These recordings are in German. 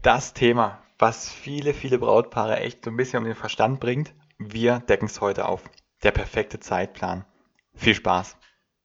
Das Thema, was viele, viele Brautpaare echt so ein bisschen um den Verstand bringt, wir decken es heute auf. Der perfekte Zeitplan. Viel Spaß.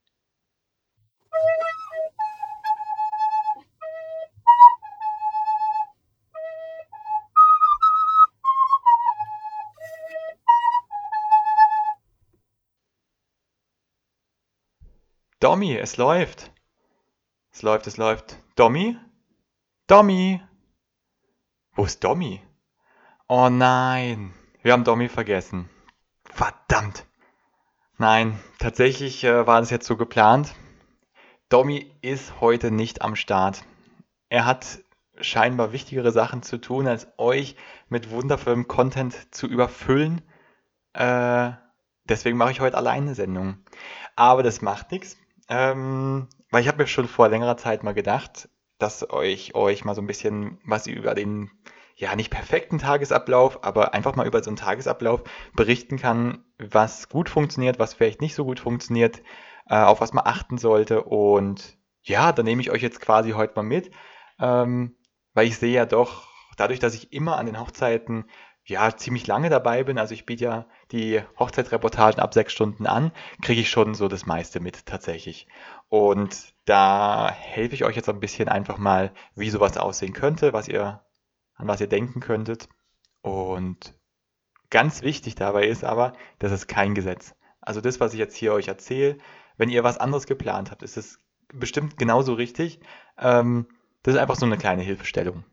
Domi, es läuft. Es läuft, es läuft. Domi? Domi? Wo ist Domi? Oh nein, wir haben Domi vergessen. Verdammt. Nein, tatsächlich war das jetzt so geplant. Domi ist heute nicht am Start. Er hat scheinbar wichtigere Sachen zu tun, als euch mit wundervollem Content zu überfüllen. Äh, Deswegen mache ich heute alleine eine Sendung. Aber das macht nichts, weil ich habe mir schon vor längerer Zeit mal gedacht, dass euch mal so ein bisschen was über den, ja, nicht perfekten Tagesablauf, aber einfach mal über so einen Tagesablauf berichten kann, was gut funktioniert, was vielleicht nicht so gut funktioniert, auf was man achten sollte. Und ja, da nehme ich euch jetzt quasi heute mal mit, ähm, weil ich sehe ja doch, dadurch, dass ich immer an den Hochzeiten ja ziemlich lange dabei bin, also ich biete ja die Hochzeitsreportagen ab 6 Stunden an, kriege ich schon so das meiste mit tatsächlich. Und da helfe ich euch jetzt ein bisschen einfach mal, wie sowas aussehen könnte, an was ihr denken könntet. Und ganz wichtig dabei ist aber, das ist kein Gesetz. Also das, was ich jetzt hier euch erzähle, wenn ihr was anderes geplant habt, ist es bestimmt genauso richtig. Ähm, Das ist einfach so eine kleine Hilfestellung.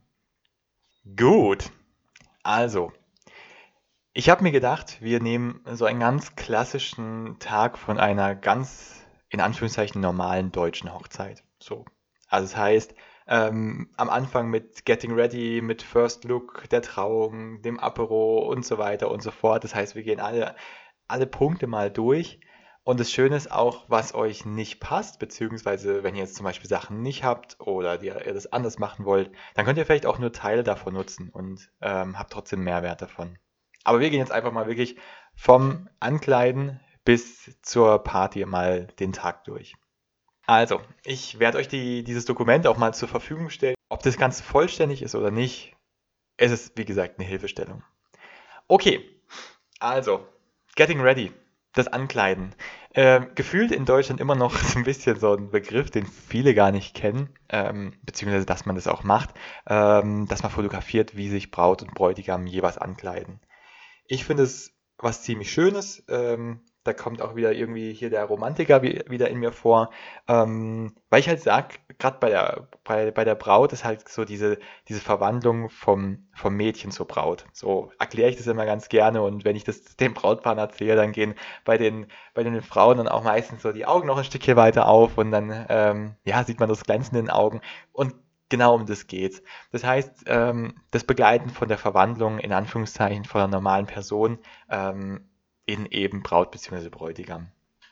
Gut, also, ich habe mir gedacht, wir nehmen so einen ganz klassischen Tag von einer ganz, in Anführungszeichen, normalen deutschen Hochzeit. So. Also das heißt, am Anfang mit Getting Ready, mit First Look, der Trauung, dem Apero und so weiter und so fort. Das heißt, wir gehen alle Punkte mal durch. Und das Schöne ist auch, was euch nicht passt, beziehungsweise wenn ihr jetzt zum Beispiel Sachen nicht habt oder ihr das anders machen wollt, dann könnt ihr vielleicht auch nur Teile davon nutzen und habt trotzdem Mehrwert davon. Aber wir gehen jetzt einfach mal wirklich vom Ankleiden bis zur Party mal den Tag durch. Also, ich werde euch dieses Dokument auch mal zur Verfügung stellen. Ob das Ganze vollständig ist oder nicht, es ist, wie gesagt, eine Hilfestellung. Okay, also, Getting Ready, das Ankleiden. Gefühlt in Deutschland immer noch so ein bisschen so ein Begriff, den viele gar nicht kennen, beziehungsweise dass man das auch macht, dass man fotografiert, wie sich Braut und Bräutigam jeweils ankleiden. Ich finde es was ziemlich Schönes. Da kommt auch wieder irgendwie hier der Romantiker wieder in mir vor. Weil ich halt sag, gerade bei der Braut ist halt so diese Verwandlung vom Mädchen zur Braut. So erkläre ich das immer ganz gerne und wenn ich das dem Brautpaar erzähle, dann gehen bei den Frauen dann auch meistens so die Augen noch ein Stückchen weiter auf und dann ja, sieht man das Glänzen in den Augen. Und genau um das geht's. Das heißt, das Begleiten von der Verwandlung in Anführungszeichen von einer normalen Person in eben Braut bzw. Bräutigam.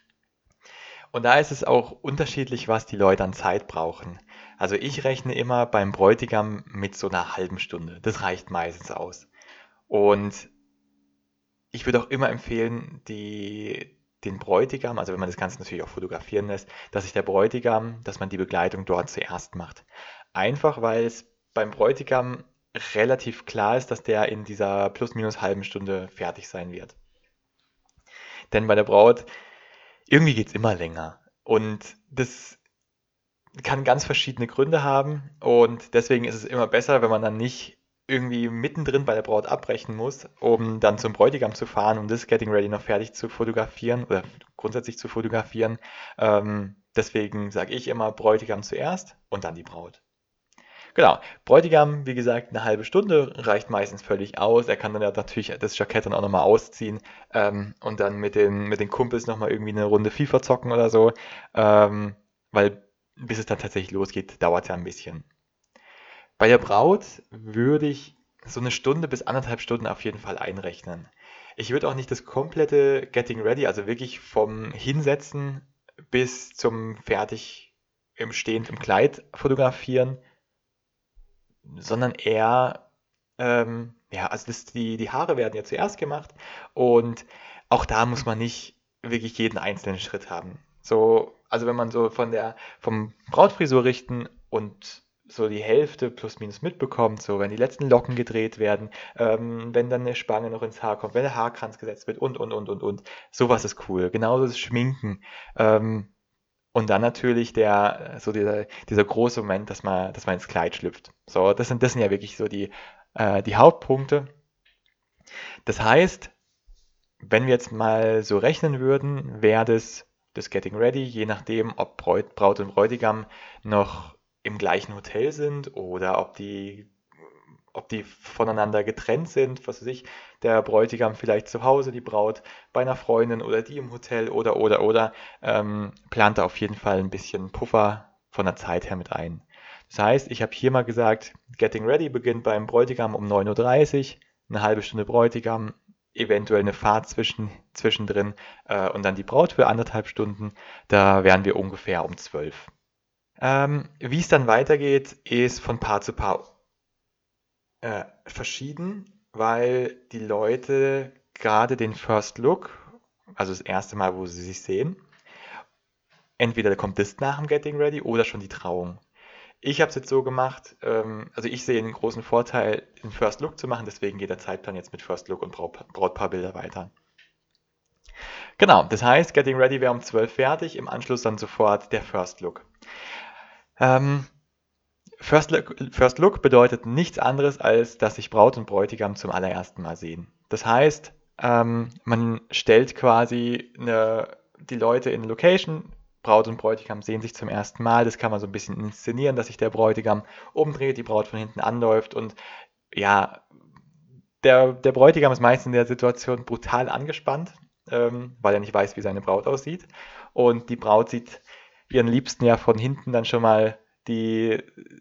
Und da ist es auch unterschiedlich, was die Leute an Zeit brauchen. Also ich rechne immer beim Bräutigam mit so einer halben Stunde. Das reicht meistens aus. Und ich würde auch immer empfehlen, den Bräutigam, also wenn man das Ganze natürlich auch fotografieren lässt, dass man die Begleitung dort zuerst macht. Einfach weil es beim Bräutigam relativ klar ist, dass der in dieser plus minus halben Stunde fertig sein wird. Denn bei der Braut, irgendwie geht es immer länger. Und das kann ganz verschiedene Gründe haben. Und deswegen ist es immer besser, wenn man dann nicht irgendwie mittendrin bei der Braut abbrechen muss, um dann zum Bräutigam zu fahren, um das Getting Ready noch fertig zu fotografieren oder grundsätzlich zu fotografieren. Deswegen sage ich immer Bräutigam zuerst und dann die Braut. Genau, Bräutigam, wie gesagt, eine halbe Stunde reicht meistens völlig aus. Er kann dann ja natürlich das Jackett dann auch nochmal ausziehen und dann mit den Kumpels nochmal irgendwie eine Runde FIFA zocken oder so. Weil bis es dann tatsächlich losgeht, dauert es ja ein bisschen. Bei der Braut würde ich so eine Stunde bis 1,5 Stunden auf jeden Fall einrechnen. Ich würde auch nicht das komplette Getting Ready, also wirklich vom Hinsetzen bis zum fertig im stehend im Kleid fotografieren, sondern eher, ja, also die Haare werden ja zuerst gemacht und auch da muss man nicht wirklich jeden einzelnen Schritt haben. So, also wenn man so vom Brautfrisur richten und so die Hälfte plus minus mitbekommt, so wenn die letzten Locken gedreht werden, wenn dann eine Spange noch ins Haar kommt, wenn der Haarkranz gesetzt wird und. Sowas ist cool. Genauso das Schminken. Ähm, und dann natürlich dieser große Moment, dass man ins Kleid schlüpft. So, das sind ja wirklich so die Hauptpunkte. Das heißt, wenn wir jetzt mal so rechnen würden, wäre das Getting Ready, je nachdem, ob Braut und Bräutigam noch im gleichen Hotel sind oder ob die voneinander getrennt sind, was weiß ich, der Bräutigam vielleicht zu Hause, die Braut bei einer Freundin oder die im Hotel oder, plant da auf jeden Fall ein bisschen Puffer von der Zeit her mit ein. Das heißt, ich habe hier mal gesagt, Getting Ready beginnt beim Bräutigam um 9:30 Uhr, eine halbe Stunde Bräutigam, eventuell eine Fahrt zwischendrin und dann die Braut für 1,5 Stunden. Da wären wir ungefähr um 12. Wie es dann weitergeht, ist von Paar zu Paar verschieden, weil die Leute gerade den First Look, also das erste Mal, wo sie sich sehen, entweder kommt das nach dem Getting Ready oder schon die Trauung. Ich habe es jetzt so gemacht, also ich sehe einen großen Vorteil, den First Look zu machen, deswegen geht der Zeitplan jetzt mit First Look und Brautpaarbilder weiter. Genau, das heißt, Getting Ready wäre um 12 fertig, im Anschluss dann sofort der First Look. Ähm, First Look bedeutet nichts anderes, als dass sich Braut und Bräutigam zum allerersten Mal sehen. Das heißt, man stellt quasi die Leute in Location, Braut und Bräutigam sehen sich zum ersten Mal. Das kann man so ein bisschen inszenieren, dass sich der Bräutigam umdreht, die Braut von hinten anläuft und ja, der Bräutigam ist meist in der Situation brutal angespannt, weil er nicht weiß, wie seine Braut aussieht. Und die Braut sieht ihren Liebsten ja von hinten dann schon mal die,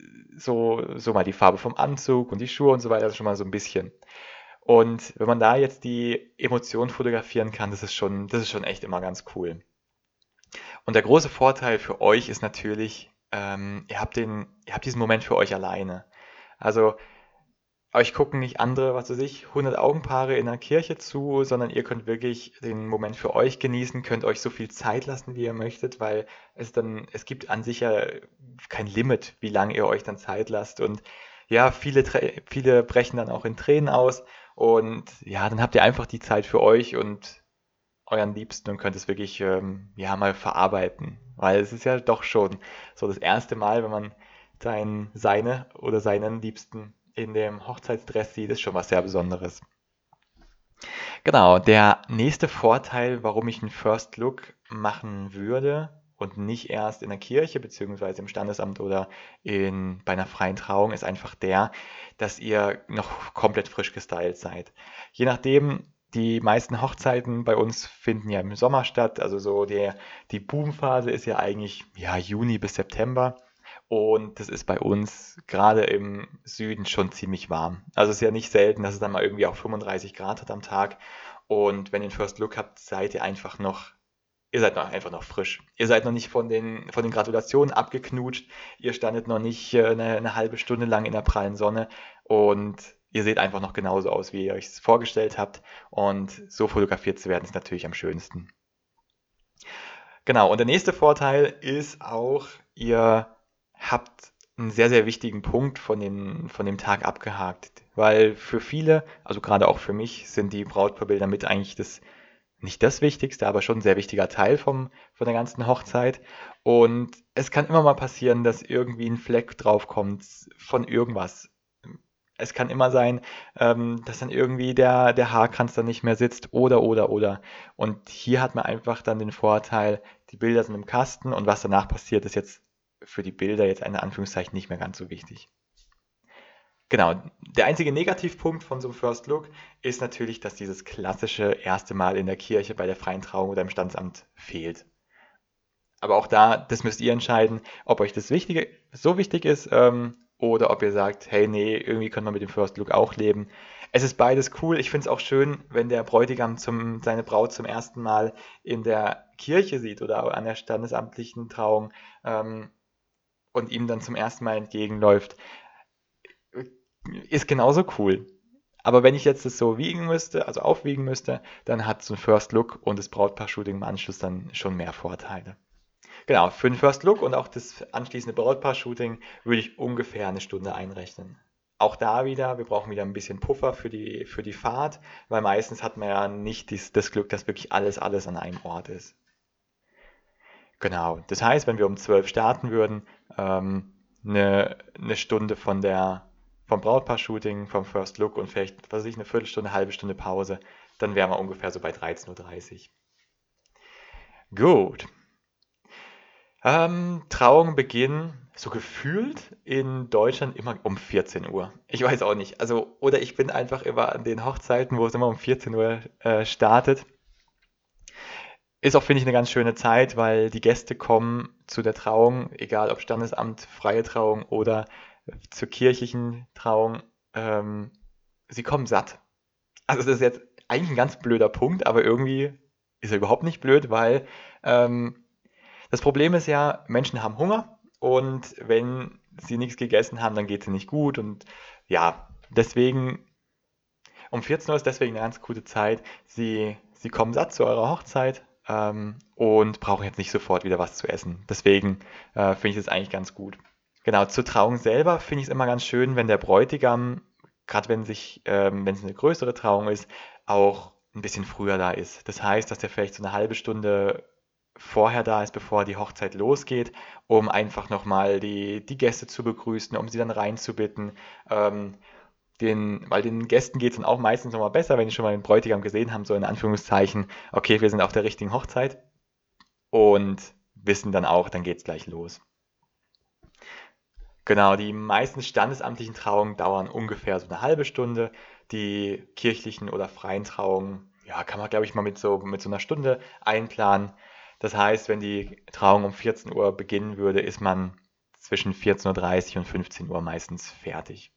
so mal die Farbe vom Anzug und die Schuhe und so weiter, schon mal so ein bisschen. Und wenn man da jetzt die Emotionen fotografieren kann, das ist schon echt immer ganz cool. Und der große Vorteil für euch ist natürlich, ihr habt diesen Moment für euch alleine. Also euch gucken nicht andere, was weiß ich, 100 Augenpaare in der Kirche zu, sondern ihr könnt wirklich den Moment für euch genießen, könnt euch so viel Zeit lassen, wie ihr möchtet, weil es gibt an sich ja kein Limit, wie lange ihr euch dann Zeit lasst. Und ja, viele brechen dann auch in Tränen aus. Und ja, dann habt ihr einfach die Zeit für euch und euren Liebsten und könnt es wirklich ja, mal verarbeiten. Weil es ist ja doch schon so das erste Mal, wenn man seine oder seinen Liebsten in dem Hochzeitsdress sieht, ist schon was sehr Besonderes. Genau, der nächste Vorteil, warum ich einen First Look machen würde und nicht erst in der Kirche beziehungsweise im Standesamt oder bei einer freien Trauung, ist einfach der, dass ihr noch komplett frisch gestylt seid. Je nachdem, die meisten Hochzeiten bei uns finden ja im Sommer statt, also so die Boomphase ist ja eigentlich ja, Juni bis September. Und das ist bei uns gerade im Süden schon ziemlich warm. Also es ist ja nicht selten, dass es dann mal irgendwie auch 35 Grad hat am Tag. Und wenn ihr einen First Look habt, ihr seid noch einfach noch frisch. Ihr seid noch nicht von den Gratulationen abgeknutscht. Ihr standet noch nicht eine halbe Stunde lang in der prallen Sonne. Und ihr seht einfach noch genauso aus, wie ihr euch es vorgestellt habt. Und so fotografiert zu werden, ist natürlich am schönsten. Genau, und der nächste Vorteil ist auch, ihr habt einen sehr, sehr wichtigen Punkt von dem Tag abgehakt. Weil für viele, also gerade auch für mich, sind die Brautpaarbilder mit eigentlich nicht das Wichtigste, aber schon ein sehr wichtiger Teil von der ganzen Hochzeit. Und es kann immer mal passieren, dass irgendwie ein Fleck draufkommt von irgendwas. Es kann immer sein, dass dann irgendwie der Haarkranz dann nicht mehr sitzt oder. Und hier hat man einfach dann den Vorteil, die Bilder sind im Kasten und was danach passiert, ist jetzt für die Bilder jetzt in Anführungszeichen nicht mehr ganz so wichtig. Genau, der einzige Negativpunkt von so einem First Look ist natürlich, dass dieses klassische erste Mal in der Kirche bei der freien Trauung oder im Standesamt fehlt. Aber auch da, das müsst ihr entscheiden, ob euch das Wichtige so wichtig ist oder ob ihr sagt, hey, nee, irgendwie können wir mit dem First Look auch leben. Es ist beides cool. Ich finde es auch schön, wenn der Bräutigam seine Braut zum ersten Mal in der Kirche sieht oder an der standesamtlichen Trauung und ihm dann zum ersten Mal entgegenläuft. Ist genauso cool. Aber wenn ich jetzt das so wiegen müsste, also aufwiegen müsste, dann hat so ein First Look und das Brautpaar-Shooting im Anschluss dann schon mehr Vorteile. Genau, für den First Look und auch das anschließende Brautpaar-Shooting würde ich ungefähr eine Stunde einrechnen. Auch da wieder, wir brauchen wieder ein bisschen Puffer für die Fahrt, weil meistens hat man ja nicht das Glück, dass wirklich alles an einem Ort ist. Genau, das heißt, wenn wir um 12 starten würden, eine Stunde vom Brautpaar-Shooting, vom First Look und vielleicht, was weiß ich, eine Viertelstunde, halbe Stunde Pause, dann wären wir ungefähr so bei 13:30 Uhr. Gut. Trauungen beginnen so gefühlt in Deutschland immer um 14 Uhr. Ich weiß auch nicht. Also, oder ich bin einfach immer an den Hochzeiten, wo es immer um 14 Uhr startet. Ist auch, finde ich, eine ganz schöne Zeit, weil die Gäste kommen zu der Trauung, egal ob Standesamt, freie Trauung oder zur kirchlichen Trauung, ähm, sie kommen satt. Also das ist jetzt eigentlich ein ganz blöder Punkt, aber irgendwie ist er überhaupt nicht blöd, weil ähm, das Problem ist ja, Menschen haben Hunger und wenn sie nichts gegessen haben, dann geht es ihnen nicht gut und ja, deswegen um 14 Uhr ist deswegen eine ganz gute Zeit. Sie kommen satt zu eurer Hochzeit und brauchen jetzt nicht sofort wieder was zu essen. Deswegen finde ich das eigentlich ganz gut. Genau, zur Trauung selber finde ich es immer ganz schön, wenn der Bräutigam, gerade wenn es eine größere Trauung ist, auch ein bisschen früher da ist. Das heißt, dass der vielleicht so eine halbe Stunde vorher da ist, bevor die Hochzeit losgeht, um einfach nochmal die Gäste zu begrüßen, um sie dann reinzubitten. Ähm, weil den Gästen geht es dann auch meistens nochmal besser, wenn die schon mal den Bräutigam gesehen haben, so in Anführungszeichen, okay, wir sind auf der richtigen Hochzeit und wissen dann auch, dann geht es gleich los. Genau, die meisten standesamtlichen Trauungen dauern ungefähr so eine halbe Stunde. Die kirchlichen oder freien Trauungen, ja, kann man, glaube ich, mal mit so einer Stunde einplanen. Das heißt, wenn die Trauung um 14 Uhr beginnen würde, ist man zwischen 14:30 Uhr und 15 Uhr meistens fertig.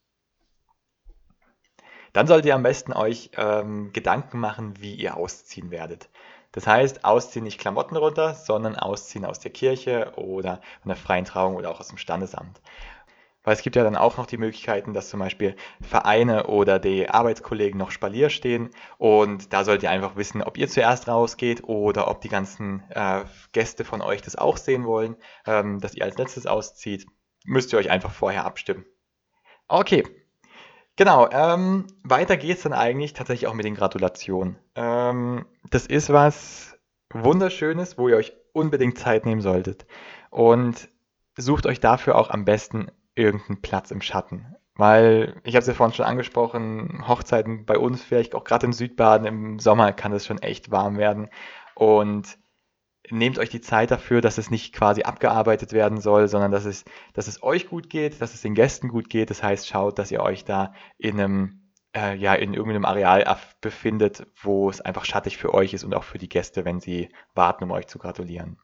Dann solltet ihr am besten euch Gedanken machen, wie ihr ausziehen werdet. Das heißt, ausziehen nicht Klamotten runter, sondern ausziehen aus der Kirche oder von der freien Trauung oder auch aus dem Standesamt. Weil es gibt ja dann auch noch die Möglichkeiten, dass zum Beispiel Vereine oder die Arbeitskollegen noch Spalier stehen. Und da solltet ihr einfach wissen, ob ihr zuerst rausgeht oder ob die ganzen Gäste von euch das auch sehen wollen, dass ihr als letztes auszieht. Müsst ihr euch einfach vorher abstimmen. Okay, genau. Weiter geht's dann eigentlich tatsächlich auch mit den Gratulationen. Das ist was Wunderschönes, wo ihr euch unbedingt Zeit nehmen solltet. Und sucht euch dafür auch am besten irgendeinen Platz im Schatten. Weil, ich habe es ja vorhin schon angesprochen, Hochzeiten bei uns, vielleicht auch gerade in Südbaden im Sommer kann es schon echt warm werden. Und nehmt euch die Zeit dafür, dass es nicht quasi abgearbeitet werden soll, sondern dass es euch gut geht, dass es den Gästen gut geht. Das heißt, schaut, dass ihr euch da in irgendeinem Areal befindet, wo es einfach schattig für euch ist und auch für die Gäste, wenn sie warten, um euch zu gratulieren.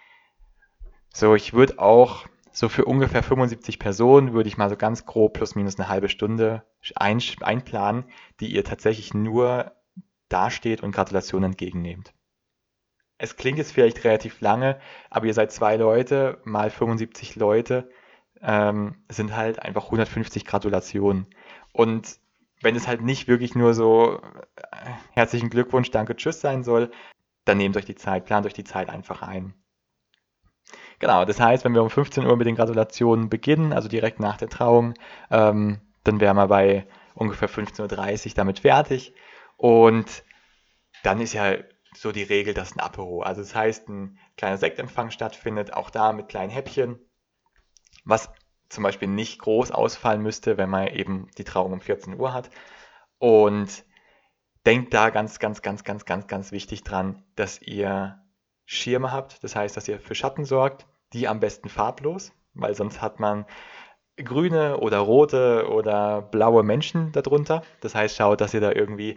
So, ich würde auch so für ungefähr 75 Personen würde ich mal so ganz grob plus minus eine halbe Stunde einplanen, die ihr tatsächlich nur dasteht und Gratulationen entgegennehmt. Es klingt jetzt vielleicht relativ lange, aber ihr seid zwei Leute, mal 75 Leute, sind halt einfach 150 Gratulationen. Und wenn es halt nicht wirklich nur so herzlichen Glückwunsch, danke, tschüss sein soll, dann nehmt euch die Zeit, plant euch die Zeit einfach ein. Genau, das heißt, wenn wir um 15 Uhr mit den Gratulationen beginnen, also direkt nach der Trauung, dann wären wir bei ungefähr 15:30 Uhr damit fertig. Und dann ist ja so die Regel, dass ein Apero, also das heißt, ein kleiner Sektempfang stattfindet, auch da mit kleinen Häppchen, was zum Beispiel nicht groß ausfallen müsste, wenn man eben die Trauung um 14 Uhr hat. Und denkt da ganz wichtig dran, dass ihr Schirme habt, das heißt, dass ihr für Schatten sorgt, die am besten farblos, weil sonst hat man grüne oder rote oder blaue Menschen darunter. Das heißt, schaut, dass ihr da irgendwie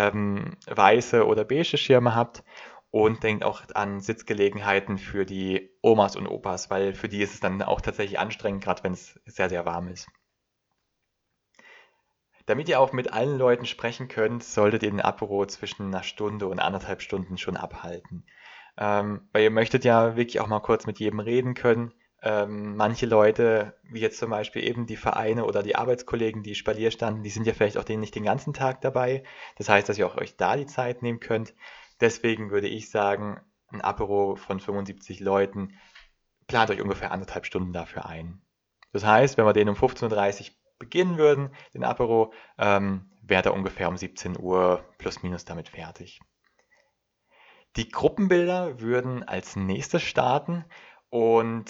weiße oder beige Schirme habt und denkt auch an Sitzgelegenheiten für die Omas und Opas, weil für die ist es dann auch tatsächlich anstrengend, gerade wenn es sehr warm ist. Damit ihr auch mit allen Leuten sprechen könnt, solltet ihr den Apero zwischen einer Stunde und 1,5 Stunden schon abhalten. Weil ihr möchtet ja wirklich auch mal kurz mit jedem reden können. Manche Leute, wie jetzt zum Beispiel eben die Vereine oder die Arbeitskollegen, die Spalier standen, die sind ja vielleicht auch nicht den ganzen Tag dabei. Das heißt, dass ihr auch euch da die Zeit nehmen könnt. Deswegen würde ich sagen, ein Apero von 75 Leuten plant euch ungefähr 1,5 Stunden dafür ein. Das heißt, wenn wir den um 15:30 Uhr beginnen würden, den Apero, wäre er ungefähr um 17 Uhr plus minus damit fertig. Die Gruppenbilder würden als nächstes starten und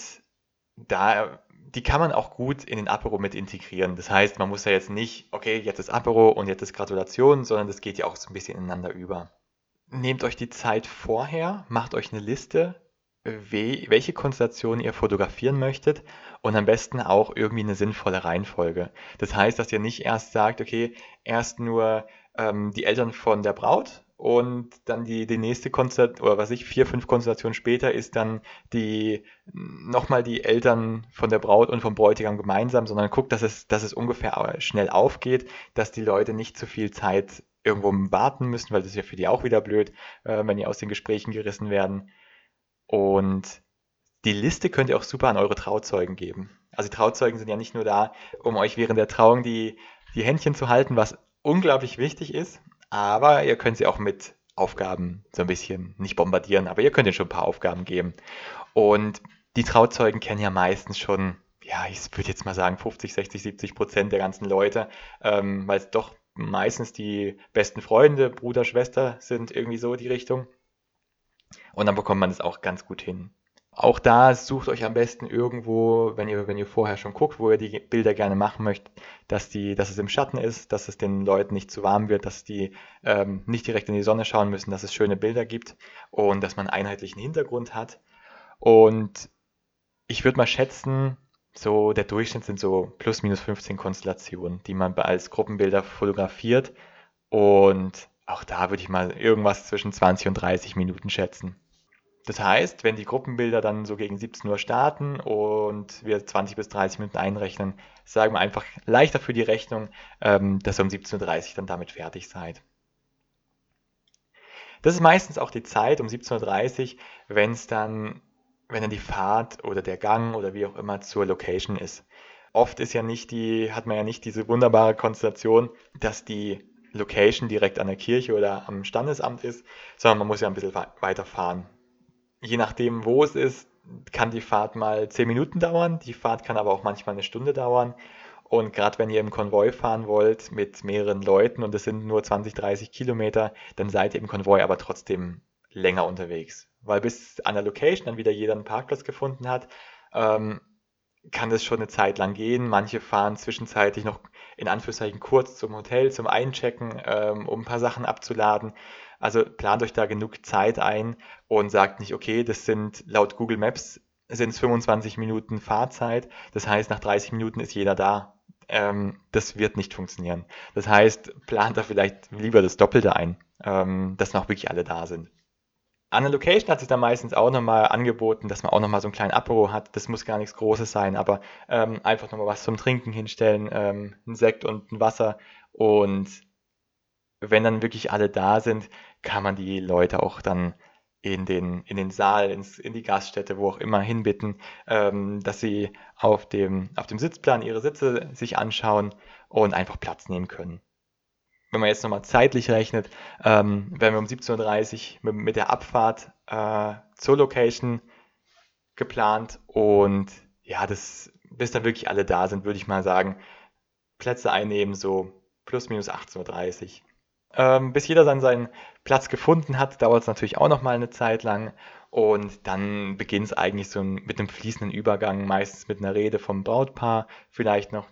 die kann man auch gut in den Apero mit integrieren. Das heißt, man muss ja jetzt nicht, okay, jetzt ist Apero und jetzt ist Gratulation, sondern das geht ja auch so ein bisschen ineinander über. Nehmt euch die Zeit vorher, macht euch eine Liste, welche Konstellation ihr fotografieren möchtet und am besten auch irgendwie eine sinnvolle Reihenfolge. Das heißt, dass ihr nicht erst sagt, okay, erst nur die Eltern von der Braut und dann die nächste Konstellation, oder was ich, 4, 5 Konstellationen später ist dann nochmal die Eltern von der Braut und vom Bräutigam gemeinsam, sondern guckt, dass es ungefähr schnell aufgeht, dass die Leute nicht zu viel Zeit irgendwo warten müssen, weil das ist ja für die auch wieder blöd, wenn die aus den Gesprächen gerissen werden. Und die Liste könnt ihr auch super an eure Trauzeugen geben. Also die Trauzeugen sind ja nicht nur da, um euch während der Trauung die Händchen zu halten, was unglaublich wichtig ist, aber ihr könnt sie auch mit Aufgaben so ein bisschen nicht bombardieren, aber ihr könnt ihnen schon ein paar Aufgaben geben. Und die Trauzeugen kennen ja meistens schon, ja, ich würde jetzt mal sagen 50, 60, 70% der ganzen Leute, weil es doch meistens die besten Freunde, Bruder, Schwester sind, irgendwie so die Richtung. Und dann bekommt man es auch ganz gut hin. Auch da sucht euch am besten irgendwo, wenn ihr vorher schon guckt, wo ihr die Bilder gerne machen möchtet, dass es im Schatten ist, dass es den Leuten nicht zu warm wird, dass die nicht direkt in die Sonne schauen müssen, dass es schöne Bilder gibt und dass man einen einheitlichen Hintergrund hat. Und ich würde mal schätzen, so der Durchschnitt sind so plus minus 15 Konstellationen, die man als Gruppenbilder fotografiert. Und auch da würde ich mal irgendwas zwischen 20 und 30 Minuten schätzen. Das heißt, wenn die Gruppenbilder dann so gegen 17 Uhr starten und wir 20 bis 30 Minuten einrechnen, sagen wir einfach leichter für die Rechnung, dass ihr um 17:30 Uhr dann damit fertig seid. Das ist meistens auch die Zeit um 17:30 Uhr, wenn dann die Fahrt oder der Gang oder wie auch immer zur Location ist. Oft hat man ja nicht diese wunderbare Konstellation, dass die Location direkt an der Kirche oder am Standesamt ist, sondern man muss ja ein bisschen weiter fahren. Je nachdem, wo es ist, kann die Fahrt mal 10 Minuten dauern. Die Fahrt kann aber auch manchmal eine Stunde dauern. Und gerade wenn ihr im Konvoi fahren wollt mit mehreren Leuten und es sind nur 20, 30 Kilometer, dann seid ihr im Konvoi aber trotzdem länger unterwegs. Weil bis an der Location dann wieder jeder einen Parkplatz gefunden hat, ähm, kann das schon eine Zeit lang gehen. Manche fahren zwischenzeitlich noch in Anführungszeichen kurz zum Hotel, zum Einchecken, um ein paar Sachen abzuladen. Also plant euch da genug Zeit ein und sagt nicht, okay, das sind laut Google Maps sind es 25 Minuten Fahrzeit. Das heißt, nach 30 Minuten ist jeder da. Das wird nicht funktionieren. Das heißt, plant da vielleicht lieber das Doppelte ein, dass noch wirklich alle da sind. An der Location hat sich dann meistens auch nochmal angeboten, dass man auch nochmal so einen kleinen Apero hat. Das muss gar nichts Großes sein, aber einfach nochmal was zum Trinken hinstellen, ein Sekt und ein Wasser. Und wenn dann wirklich alle da sind, kann man die Leute auch dann in den Saal, in die Gaststätte, wo auch immer hinbitten, dass sie auf dem Sitzplan ihre Sitze sich anschauen und einfach Platz nehmen können. Wenn man jetzt nochmal zeitlich rechnet, werden wir um 17:30 Uhr mit der Abfahrt zur Location geplant und ja, bis dann wirklich alle da sind, würde ich mal sagen, Plätze einnehmen, so plus minus 18:30 Uhr. Bis jeder dann seinen Platz gefunden hat, dauert es natürlich auch nochmal eine Zeit lang und dann beginnt es eigentlich so mit einem fließenden Übergang, meistens mit einer Rede vom Brautpaar, vielleicht noch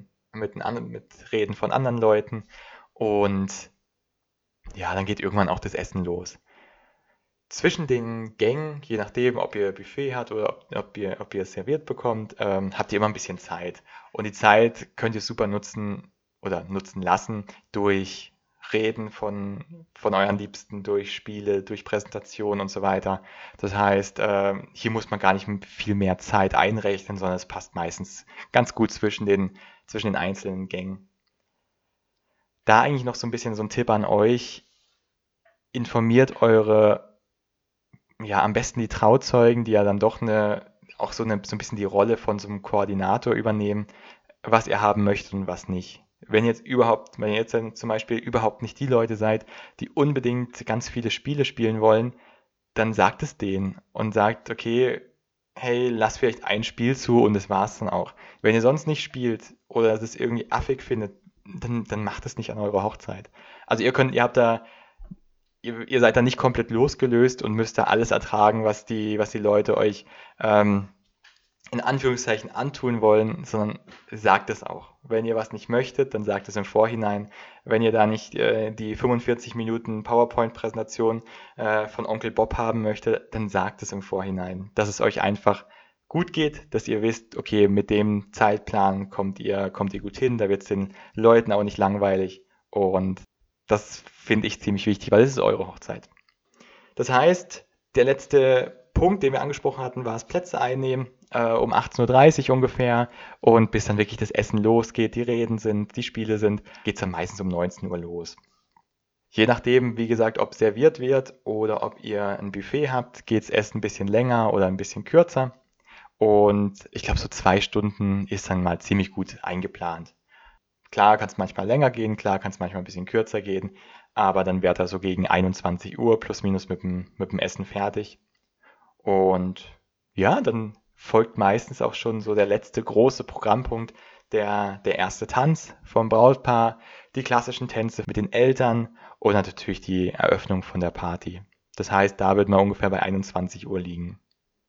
mit Reden von anderen Leuten und ja, dann geht irgendwann auch das Essen los. Zwischen den Gängen, je nachdem, ob ihr Buffet habt oder ob ihr es serviert bekommt, habt ihr immer ein bisschen Zeit. Und die Zeit könnt ihr super nutzen oder nutzen lassen durch Reden von euren Liebsten, durch Spiele, durch Präsentationen und so weiter. Das heißt, hier muss man gar nicht viel mehr Zeit einrechnen, sondern es passt meistens ganz gut zwischen den einzelnen Gängen. Da eigentlich noch so ein bisschen so ein Tipp an euch: Informiert am besten die Trauzeugen, die ja dann doch so ein bisschen die Rolle von so einem Koordinator übernehmen, was ihr haben möchtet und was nicht. Wenn ihr jetzt dann zum Beispiel überhaupt nicht die Leute seid, die unbedingt ganz viele Spiele spielen wollen, dann sagt es denen und sagt, okay, hey, lass vielleicht ein Spiel zu und das war's dann auch. Wenn ihr sonst nicht spielt oder das irgendwie affig findet, dann macht es nicht an eurer Hochzeit. Also ihr seid da nicht komplett losgelöst und müsst da alles ertragen, was die Leute euch ähm, in Anführungszeichen antun wollen, sondern sagt es auch. Wenn ihr was nicht möchtet, dann sagt es im Vorhinein. Wenn ihr da nicht die 45 Minuten PowerPoint-Präsentation von Onkel Bob haben möchtet, dann sagt es im Vorhinein, dass es euch einfach gut geht, dass ihr wisst, okay, mit dem Zeitplan kommt ihr gut hin, da wird es den Leuten auch nicht langweilig und das finde ich ziemlich wichtig, weil es ist eure Hochzeit. Das heißt, der letzte Punkt, den wir angesprochen hatten, war das Plätze einnehmen, um 18:30 Uhr ungefähr. Und bis dann wirklich das Essen losgeht, die Reden sind, die Spiele sind, geht es dann meistens um 19 Uhr los. Je nachdem, wie gesagt, ob serviert wird oder ob ihr ein Buffet habt, geht das Essen ein bisschen länger oder ein bisschen kürzer. Und ich glaube, so 2 Stunden ist dann mal ziemlich gut eingeplant. Klar kann es manchmal länger gehen, klar kann es manchmal ein bisschen kürzer gehen, aber dann wäre er so gegen 21 Uhr plus minus mit dem Essen fertig. Und ja, dann folgt meistens auch schon so der letzte große Programmpunkt, der erste Tanz vom Brautpaar, die klassischen Tänze mit den Eltern und natürlich die Eröffnung von der Party. Das heißt, da wird man ungefähr bei 21 Uhr liegen.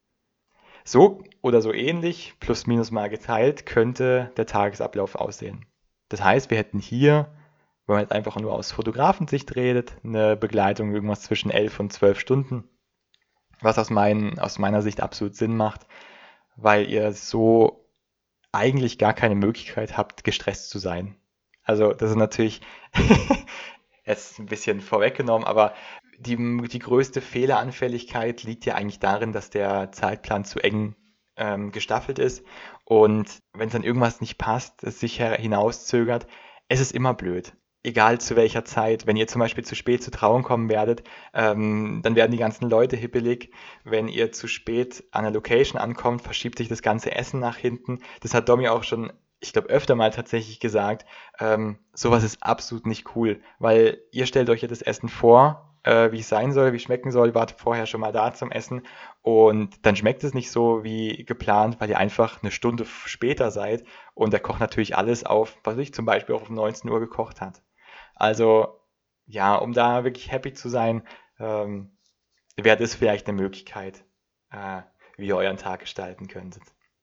So oder so ähnlich, plus minus mal geteilt, könnte der Tagesablauf aussehen. Das heißt, wir hätten hier, wenn man jetzt einfach nur aus Fotografensicht redet, eine Begleitung irgendwas zwischen 11 und 12 Stunden, was aus meiner Sicht absolut Sinn macht, weil ihr so eigentlich gar keine Möglichkeit habt, gestresst zu sein. Also das ist natürlich jetzt ein bisschen vorweggenommen, aber die größte Fehleranfälligkeit liegt ja eigentlich darin, dass der Zeitplan zu eng gestaffelt ist und wenn es dann irgendwas nicht passt, es sich hinauszögert, es ist immer blöd. Egal zu welcher Zeit, wenn ihr zum Beispiel zu spät zur Trauung kommen werdet, dann werden die ganzen Leute hippelig. Wenn ihr zu spät an der Location ankommt, verschiebt sich das ganze Essen nach hinten. Das hat Domi auch schon, ich glaube, öfter mal tatsächlich gesagt. Sowas ist absolut nicht cool, weil ihr stellt euch ja das Essen vor, wie es sein soll, wie es schmecken soll, wart vorher schon mal da zum Essen und dann schmeckt es nicht so wie geplant, weil ihr einfach eine Stunde später seid und der kocht natürlich alles auf, was ich zum Beispiel auch um 19 Uhr gekocht hat. Also ja, um da wirklich happy zu sein, ähm, wäre das vielleicht eine Möglichkeit, äh, wie ihr euren Tag gestalten könntet.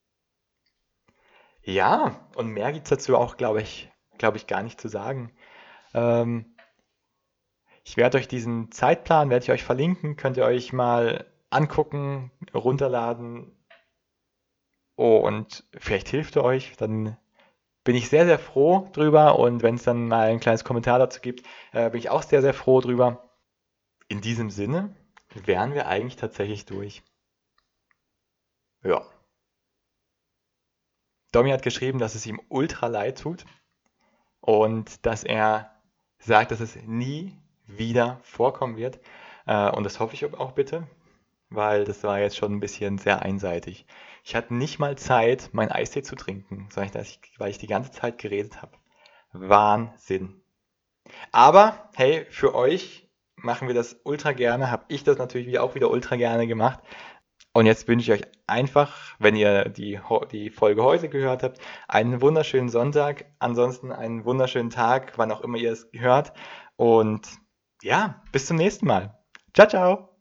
Ja, und mehr gibt's dazu auch, glaube ich, gar nicht zu sagen. Ähm, Ich werde euch diesen Zeitplan, werde ich euch verlinken, könnt ihr euch mal angucken, runterladen. Oh, und vielleicht hilft er euch, dann bin ich sehr, sehr froh drüber. Und wenn es dann mal ein kleines Kommentar dazu gibt, bin ich auch sehr, sehr froh drüber. In diesem Sinne wären wir eigentlich tatsächlich durch. Ja. Domi hat geschrieben, dass es ihm ultra leid tut und dass er sagt, dass es nie wieder vorkommen wird. Und das hoffe ich auch bitte, weil das war jetzt schon ein bisschen sehr einseitig. Ich hatte nicht mal Zeit, meinen Eistee zu trinken, weil ich die ganze Zeit geredet habe. Wahnsinn. Aber hey, für euch machen wir das ultra gerne, habe ich das natürlich auch wieder ultra gerne gemacht. Und jetzt wünsche ich euch einfach, wenn ihr die Folge heute gehört habt, einen wunderschönen Sonntag, ansonsten einen wunderschönen Tag, wann auch immer ihr es hört. Und ja, bis zum nächsten Mal. Ciao, ciao.